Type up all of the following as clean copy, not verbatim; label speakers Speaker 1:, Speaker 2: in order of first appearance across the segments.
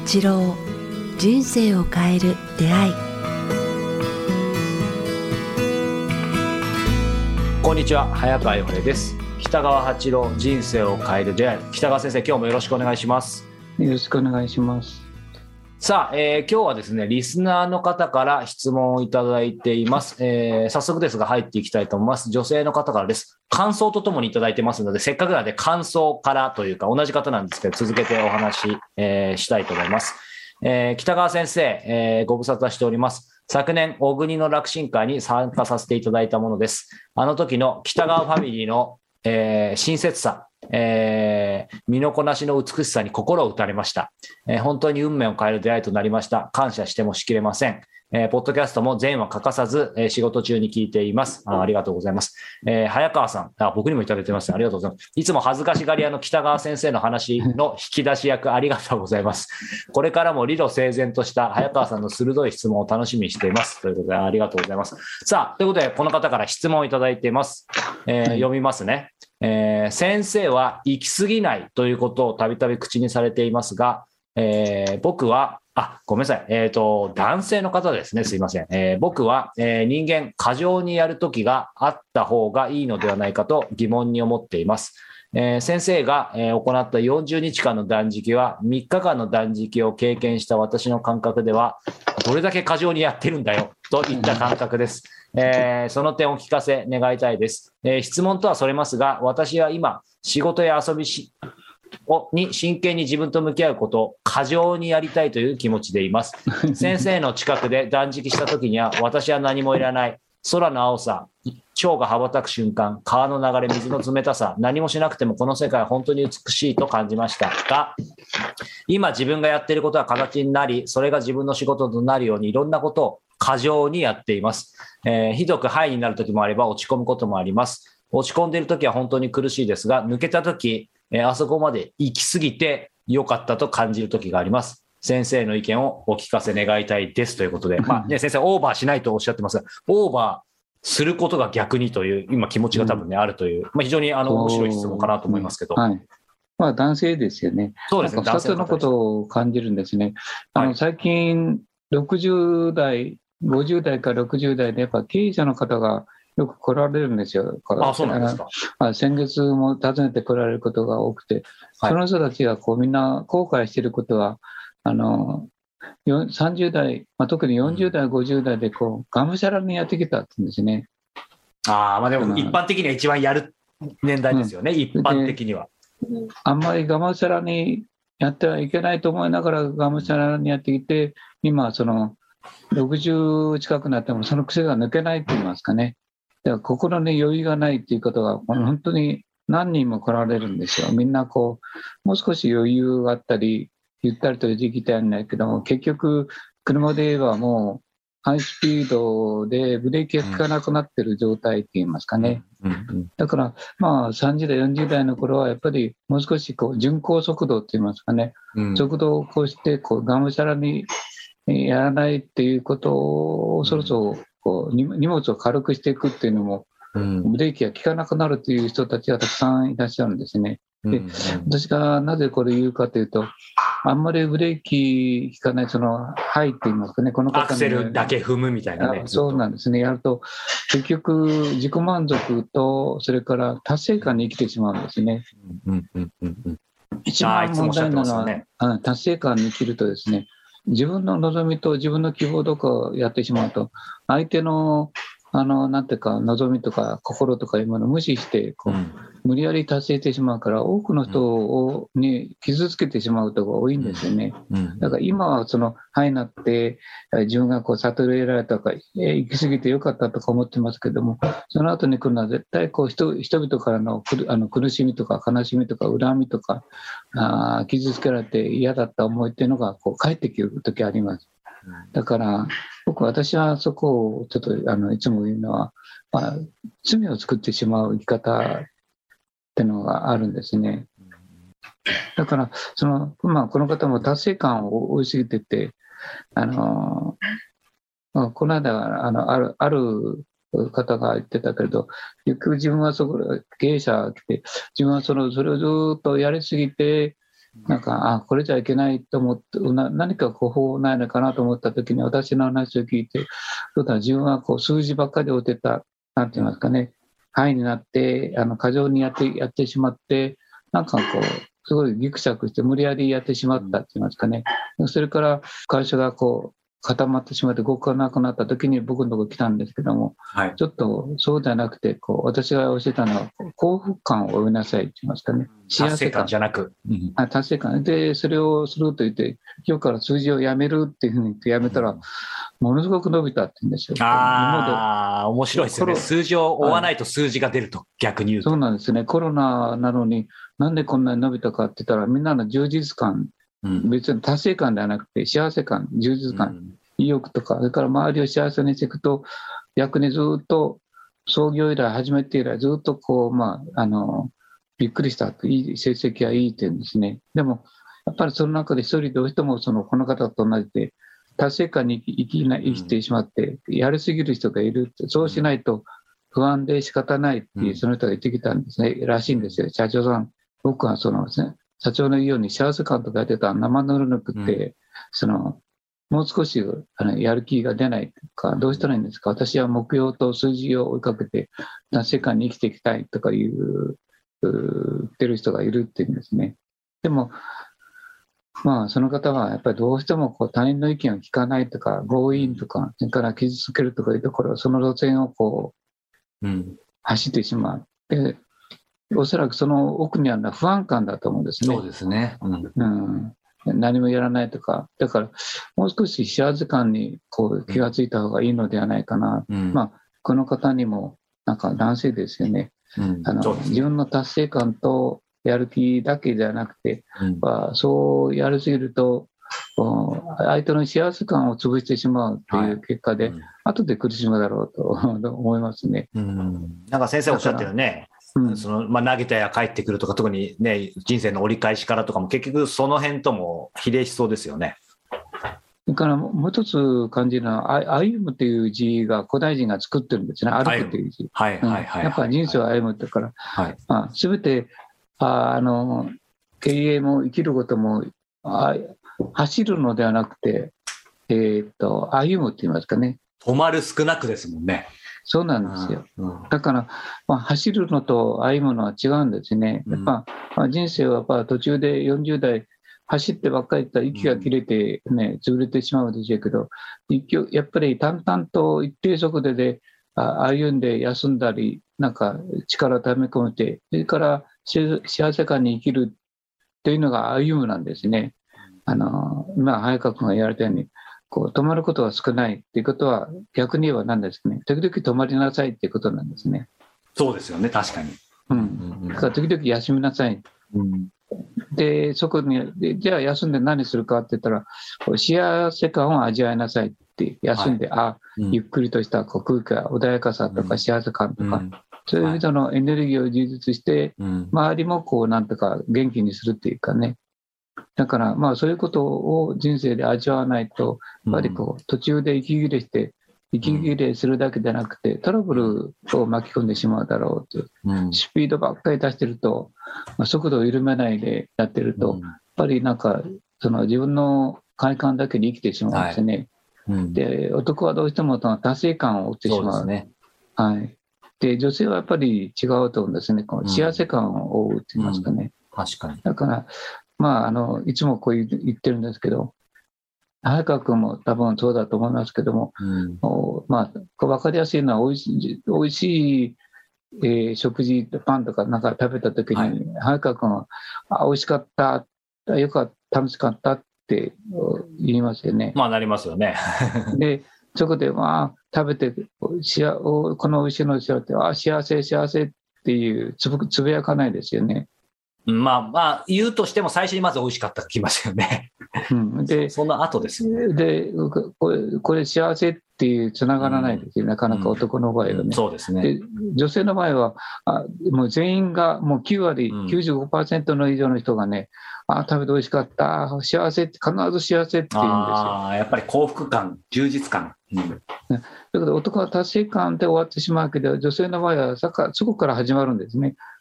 Speaker 1: 八郎、人生を変える出会い。
Speaker 2: こんにちは、早川洋平です。北川八郎、人生を変える出会い。北川先生、今日もよろしくお願いします。
Speaker 3: よろしくお願いします。
Speaker 2: さあ、今日はですね、リスナーの方から質問をいただいています。早速ですが入っていきたいと思います。女性の方からです。感想とともにいただいてますので、せっかくなので感想からというか同じ方なんですけど、続けてお話し、したいと思います。北川先生、ご無沙汰しております。昨年、小国の楽神会に参加させていただいたものです。あの時の北川ファミリーの、親切さ、身のこなしの美しさに心を打たれました。本当に運命を変える出会いとなりました。感謝してもしきれません。ポッドキャストも全話欠かさず、仕事中に聞いています。ありがとうございます。早川さん、僕にもいただいてます。ありがとうございます。いつも恥ずかしがり屋の北川先生の話の引き出し役、ありがとうございます。これからも理路整然とした早川さんの鋭い質問を楽しみにしています。ということで、ありがとうございます。さあ、ということで、この方から質問をいただいています。読みますね。先生は行き過ぎないということをたびたび口にされていますが、僕はごめんなさい。男性の方ですね。すいません。僕は、人間過剰にやるときがあった方がいいのではないかと疑問に思っています。先生が、行った40日間の断食は3日間の断食を経験した私の感覚ではどれだけ過剰にやってるんだよといった感覚です。その点をお聞かせ願いたいです。質問とはそれますが、私は今仕事や遊びに真剣に自分と向き合うことを過剰にやりたいという気持ちでいます。先生の近くで断食した時には私は何もいらない。空の青さ、蝶が羽ばたく瞬間、川の流れ、水の冷たさ、何もしなくてもこの世界は本当に美しいと感じましたが、今自分がやっていることは形になり、それが自分の仕事となるようにいろんなことを過剰にやっています。ひどくハイになる時もあれば落ち込むこともあります。落ち込んでいる時は本当に苦しいですが、抜けた時、あそこまで行き過ぎてよかったと感じる時があります。先生の意見をお聞かせ願いたいですということで、先生オーバーしないとおっしゃってますが、オーバーすることが逆にという今気持ちが多分ね、あるという、非常に面白い質問かなと思いますけど、
Speaker 3: はい、男性ですよね。
Speaker 2: そうですね。
Speaker 3: 2つのことを感じるんですね。最近60代50代から60代でやっぱ経営者の方がよく来られるんですよ。
Speaker 2: そうなんですか。
Speaker 3: 先月も訪ねて来られることが多くて、その人たちがみんな後悔していることは30代、特に40代、50代でがむしゃらにやってきたって言うんですね。
Speaker 2: でも一般的には一番やる年代ですよね、一般的には。
Speaker 3: あんまりがむしゃらにやってはいけないと思いながらがむしゃらにやってきて、今60近くなってもその癖が抜けないと言いますかね。だから心に余裕がないということが本当に何人も来られるんですよ。みんなもう少し余裕があったりゆったりとできたんだけども、結局車で言えばもうハイスピードでブレーキが効かなくなっている状態って言いますかね。だから30代40代の頃はやっぱりもう少し巡航速度って言いますかね、速度をしてがむしゃらにやらないっていうことをそろそろ荷物を軽くしていくっていうのも、ブレーキが効かなくなるという人たちがたくさんいらっしゃるんですね。で、私がなぜこれ言うかというと、あんまりブレーキ効かないハイって言いますかね、この方の
Speaker 2: アクセルだけ踏むみたいなね。
Speaker 3: そうなんですね。やると結局自己満足とそれから達成感に生きてしまうんですね。一番問題なのは、達成感に生きるとですね、自分の望みと自分の希望とかをやってしまうと、相手のなんていうか望みとか心とかいうものを無視して無理やり達成してしまうから、多くの人に傷つけてしまうことが多いんですよね。だから今はハイになって自分が悟り得られたとか行き過ぎてよかったとか思ってますけども、その後に来るのは絶対人々からの苦しみとか悲しみとか恨みとか傷つけられて嫌だった思いっていうのが返ってくる時あります。だから私はそこをちょっといつも言うのは、罪を作ってしまう生き方っていうのがあるんですね。だからこの方も達成感を追いすぎてて、この間ある方が言ってたけれど、結局自分は経営者が来て、自分はそれをずっとやりすぎてなんかこれじゃいけないと思って何か方法ないのかなと思った時に私の話を聞いて、そうだ自分はこう数字ばっかり追ってた、なんて言いますかね、範囲になって過剰にやってしまって、なんかこうすごいギクシャクして無理やりやってしまったって言いますかね。それから会社がこう固まってしまって動かなくなった時に僕のところ来たんですけども、
Speaker 2: はい、
Speaker 3: ちょっとそうではなくてこう私が教えたのは幸福感を追いなさいって言いますかね。
Speaker 2: 達成感じゃなく、
Speaker 3: 達成感でそれをすると言って今日から数字をやめるっていうふうに言ってやめたら、ものすごく伸びたって言うんですよ。
Speaker 2: 面白いですよね。数字を追わないと数字が出ると、逆に言うと。
Speaker 3: そうなんですね。コロナなのになんでこんなに伸びたかって言ったら、みんなの充実感、別に達成感ではなくて幸せ感、充実感、意欲とか、それから周りを幸せにしていくと、逆にずっと創業以来始めて以来ずっとこうびっくりしたと、いい成績はいいって言うんですね。でもやっぱりその中で一人どうしてもこの方と同じで達成感に生きてしまってやりすぎる人がいるって、そうしないと不安で仕方ないっていうその人が言ってきたんですね、らしいんですよ。社長さん、僕はですね、社長の言うように幸せ感とかやってたら生ぬるぬくって、もう少しやる気が出ないとか、どうしたらいいんですか、私は目標と数字を追いかけて達成感に生きていきたいとか言ってる人がいるっていうんですね。でもその方はやっぱりどうしてもこう他人の意見を聞かないとか、強引とか、それから傷つけるとかいうところ、その路線をこう、走ってしまう。で、おそらくその奥にあるのは不安感だと思うんですね。
Speaker 2: そうですね。
Speaker 3: 何もやらないとか、だからもう少し幸せ感にこう気がついた方がいいのではないかな。この方にもなんか男性ですよね。自分の達成感とやる気だけではなくて、そうやりすぎると相手の幸せ感を潰してしまうという結果で、後で苦しむだろうと思いますね。
Speaker 2: なんか先生おっしゃってるね、投げたや帰ってくるとか、特にね、人生の折り返しからとかも結局その辺とも比例しそうですよね。
Speaker 3: それからもう一つ感じるのは、歩むという字が古代人が作ってるんですね、歩くという字。やっぱり人生を歩むってから、すべて経営も生きることも走るのではなくて、歩むって言いますかね。
Speaker 2: 止まる少なくですもんね。
Speaker 3: そうなんですよ。だから、走るのと歩むのは違うんですね。やっぱ、人生はやっぱ途中で40代走ってばっかりいったら息が切れてね、潰れてしまうでしょうけど、やっぱり淡々と一定速度で歩んで休んだり、なんか力を溜め込めて、それから幸せ感に生きるというのが歩むなんですね。今早川君が言われたように、こう止まることが少ないっていうことは、逆に言えば何ですかね、時々止まりなさいっていうことなんですね。
Speaker 2: そうですよね、確かに。
Speaker 3: だから時々休みなさい。でそこにじゃあ休んで何するかって言ったら、幸せ感を味わいなさいって休んで、ゆっくりとしたこう空気が穏やかさとか幸せ感とか、そういう人のエネルギーを充実して、周りもこうなんとか元気にするっていうかね。だからそういうことを人生で味わわないと、やっぱりこう途中で息切れするだけじゃなくてトラブルを巻き込んでしまうだろうと、スピードばっかり出してると、速度を緩めないでやってると、やっぱりなんか自分の快感だけで生きてしまうんですね。で、男はどうしても達成感を追ってしまう。で、女性はやっぱり違うと思うんですね。こう幸せ感を追うって言いますかね。
Speaker 2: 確かに。
Speaker 3: だからいつもこう言ってるんですけど、早川君も多分そうだと思いますけども、分かりやすいのはおいしい、食事、パンとかなんか食べたときに、早川君は美味しかった、よかった、楽しかったって言いますよね。
Speaker 2: なりますよね。
Speaker 3: で、そこで食べてこの美味しいのですよって、幸せ幸せっていうつぶやかないですよね。
Speaker 2: 言うとしても最初にまず美味しかったってきますよね。
Speaker 3: で、
Speaker 2: その後ですよね。
Speaker 3: で、これ幸せっていうつながらないですよ、なかなか男の場合はね。
Speaker 2: そうですね。
Speaker 3: で、女性の場合はもう全員がもう9割、95% の以上の人がね、食べて美味しかった、幸せって、必ず幸せって言うんですよ。
Speaker 2: やっぱり幸福感、充実感。
Speaker 3: だけど男は達成感で終わってしまうけど、女性の場合はそこから始まるんですね。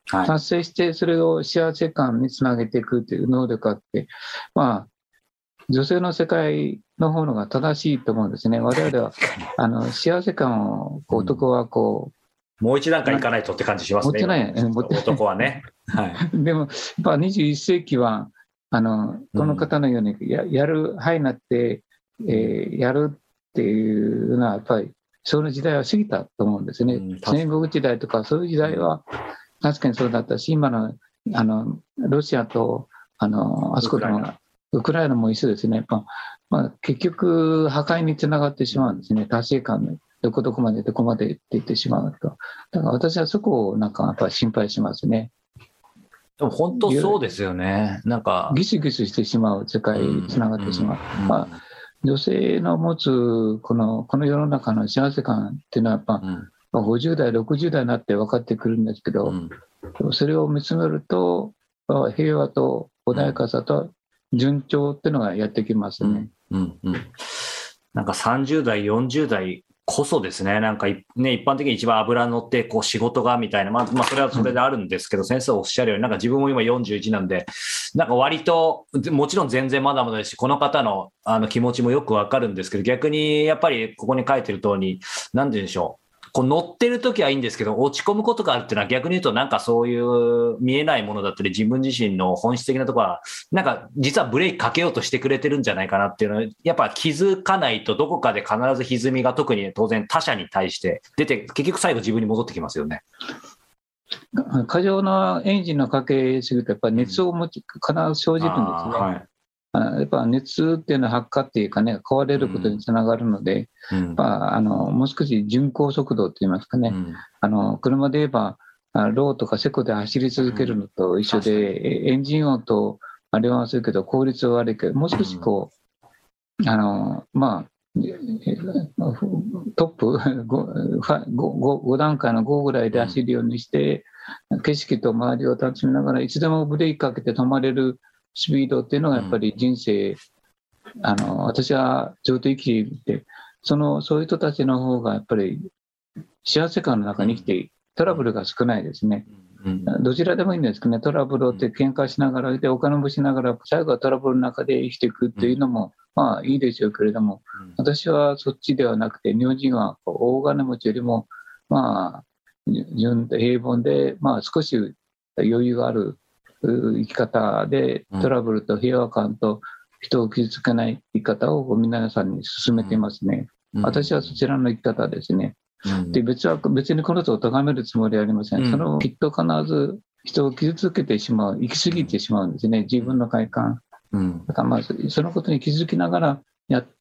Speaker 2: はい、
Speaker 3: 達成してそれを幸せ感につなげていくという能力があって、まあ、女性の世界の方のが正しいと思うんですね。我々は幸せ感を男は
Speaker 2: もう一段階いかないとって感じしますね。
Speaker 3: 持ってない
Speaker 2: 男はね。はい、
Speaker 3: でもやっぱ21世紀はこの方のようにやる範囲になって、やるっていうのはやっぱりその時代は過ぎたと思うんですね。戦国時代とかそういう時代は確かにそうだったし、今のロシアとあそこのウクライナも一緒ですね。結局破壊につながってしまうんですね。達成感のどこまでって言ってしまうと。だから私はそこをやっぱり心配しますね。
Speaker 2: でも本当そうですよね。なんか
Speaker 3: ギスギスしてしまう世界につながってしまう。女性の持つこの世の中の幸せ感っていうのはやっぱ、50代60代になって分かってくるんですけど、それを見つめると平和と穏やかさと順調っていうのがやってきますね。
Speaker 2: なんか30代40代こそですね、なんかね、一般的に一番脂乗って仕事がみたいな、それはそれであるんですけど、先生おっしゃるように、なんか自分も今41なんで、なんか割と、もちろん全然まだまだですし、この方の気持ちもよくわかるんですけど、逆にやっぱりここに書いてる通り、なんて言うんでしょう。乗ってる時はいいんですけど、落ち込むことがあるっていうのは逆に言うとなんかそういう見えないものだったり自分自身の本質的なところはなんか実はブレーキかけようとしてくれてるんじゃないかなっていうのはやっぱ気づかないとどこかで必ず歪みが特に当然他者に対して出て結局最後自分に戻ってきますよね。
Speaker 3: 過剰なエンジンのかけすぎるとやっぱり熱を必ず生じるんですね。やっぱ熱っていうのは発火っていうかね、壊れることにつながるので、もう少し巡航速度っていいますかね、車で言えばローとかセコで走り続けるのと一緒で、エンジン音とあれはするけど効率は悪いけど、もう少しトップ 5段階の5ぐらいで走るようにして、景色と周りを楽しみながらいつでもブレーキかけて止まれるスピードっていうのがやっぱり人生、私はずっと生きていて、そういう人たちの方がやっぱり幸せ感の中に生きてトラブルが少ないですね。どちらでもいいんですけどね、トラブルって喧嘩しながらでお金もしながら最後はトラブルの中で生きていくっていうのもいいでしょうけれども、私はそっちではなくて、日本人は大金持ちよりも平凡で少し余裕がある生き方でトラブルと平和感と人を傷つけない生き方を皆さんに勧めていますね。私はそちらの生き方ですね。で別にこの人を咎めるつもりはありません。きっと必ず人を傷つけてしまう、行き過ぎてしまうんですね、自分の快感。だからそのことに気づきながらやって、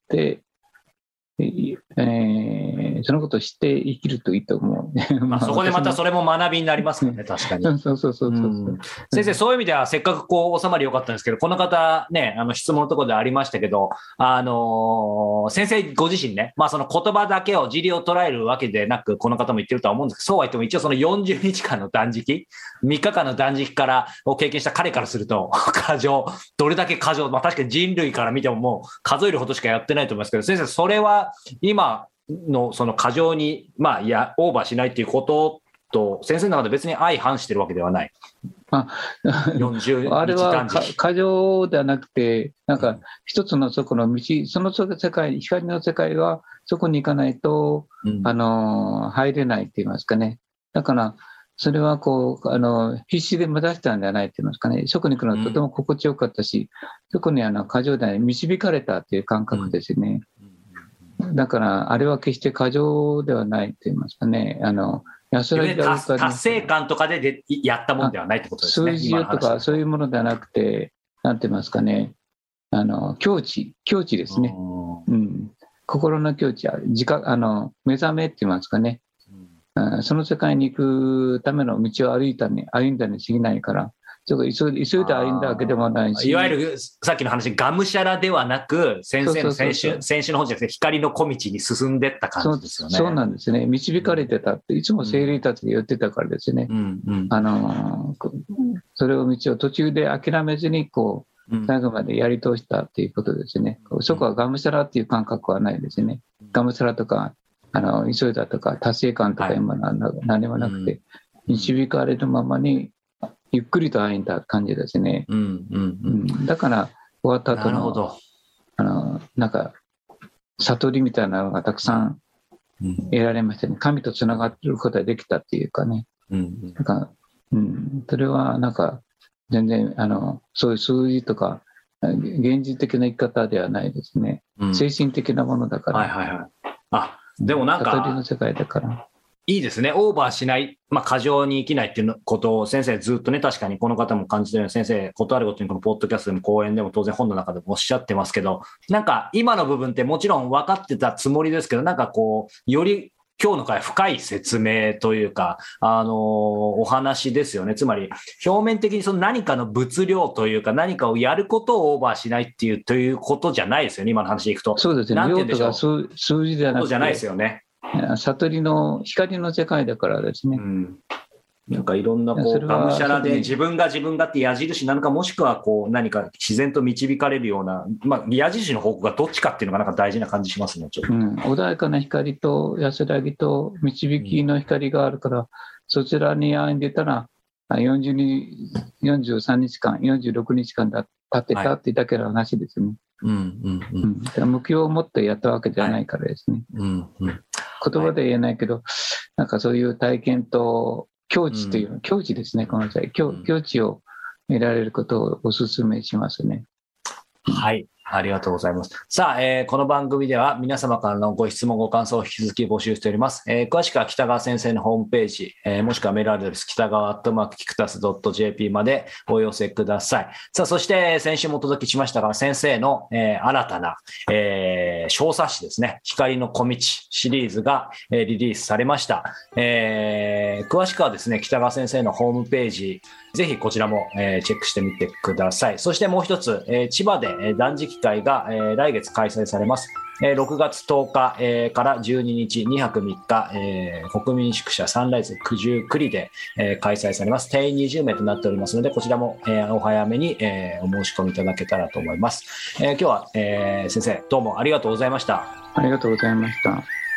Speaker 3: そのことを知って生きるといいと思う。
Speaker 2: そこでまたそれも学びになりますよね、確かに。
Speaker 3: そう
Speaker 2: 先生、そういう意味ではせっかく収まり良かったんですけど、この方ね、質問のところでありましたけど、先生ご自身ね、その言葉だけを、塵を捉えるわけでなく、この方も言ってるとは思うんですけど、そうは言っても一応その40日間の断食、3日間の断食を経験した彼からすると、どれだけ過剰、確かに人類から見てももう数えるほどしかやってないと思いますけど、先生、それは今のその過剰にオーバーしないっていうことと先生の中で別に相反してるわけではない。
Speaker 3: あれは過剰ではなくて、なんか一つのそこの道、その世界、光の世界はそこに行かないと、入れないって言いますかね。だからそれは必死で目指したんじゃないって言いますかね。そこに行くのはとても心地よかったし、そこに過剰で導かれたっていう感覚ですね。だからあれは決して過剰ではないと言いますかね。
Speaker 2: 達成感とかでやったものではないってことですね。
Speaker 3: 数字とかそういうものではなくて、なんて言いますかね、境地ですね。心の境地は目覚めって言いますかね。その世界に行くための道を歩んだに過ぎないから、急いで歩んだわけでもないし、
Speaker 2: いわゆるさっきの話、がむしゃらではなく、先生の先週の本じゃなくて、光の小道に進んでった感じですよね。
Speaker 3: そうなんですね。導かれてたって、いつも精霊たちで言ってたからですね。それを道を途中で諦めずに最後までやり通したっていうことですね。そこはがむしゃらっていう感覚はないですね。がむしゃらとか急いだとか達成感とか今何もなくて、 導かれるままにゆっくりと歩んだ感じですね。だから終わった後のなんか悟りみたいなのがたくさん得られましたね。神とつながっていることができたっていうかね。なんかそれはなんか全然そういう数字とか現実的な生き方ではないですね。精神的なものだから。
Speaker 2: でもなんか
Speaker 3: 悟りの世界だから。
Speaker 2: いいですね。オーバーしない、過剰に生きないっていうことを先生ずっとね、確かにこの方も感じてるように、先生、ことあるごとにこのポッドキャストでも講演でも当然本の中でもおっしゃってますけど、なんか今の部分ってもちろん分かってたつもりですけど、なんかこう、より今日の回深い説明というか、お話ですよね。つまり、表面的にその何かの物量というか、何かをやることをオーバーしないということじゃないですよね、今の話でいくと。
Speaker 3: そうですね。量とか数字じゃなくて。
Speaker 2: じゃないですよね。
Speaker 3: 悟りの光の世界だからですね。
Speaker 2: なんかいろんなこうがむしゃらで自分がって矢印なのか、もしくはこう何か自然と導かれるような、矢印の方向がどっちかっていうのがなんか大事な感じしますね。ちょっと
Speaker 3: 穏やかな光と安らぎと導きの光があるから、そちらに歩んでたら43日間46日間経ってたっていうだけの話ですね。目標を持ってやったわけじゃないからですね。言葉で言えないけど、なんかそういう体験と境地という、境地ですね、この際。境地を得られることをお勧めしますね。
Speaker 2: はい。ありがとうございます。さあ、この番組では皆様からのご質問、ご感想を引き続き募集しております。詳しくは北川先生のホームページ、もしくはメールアドレス、北川@kikutas.jp までお寄せください。さあ、そして先週もお届けしましたが、先生の、新たな、小冊子ですね、光の小道シリーズが、リリースされました。詳しくはですね、北川先生のホームページ、ぜひこちらも、チェックしてみてください。そしてもう一つ、千葉で、断食会が、来月開催されます。6月10日、から12日、2泊3日、国民宿舎サンライズ九十九里で、開催されます。定員20名となっておりますので、こちらも、お早めに、お申し込みいただけたらと思います。今日は、先生、どうもありがとうございました。
Speaker 3: ありがとうございました。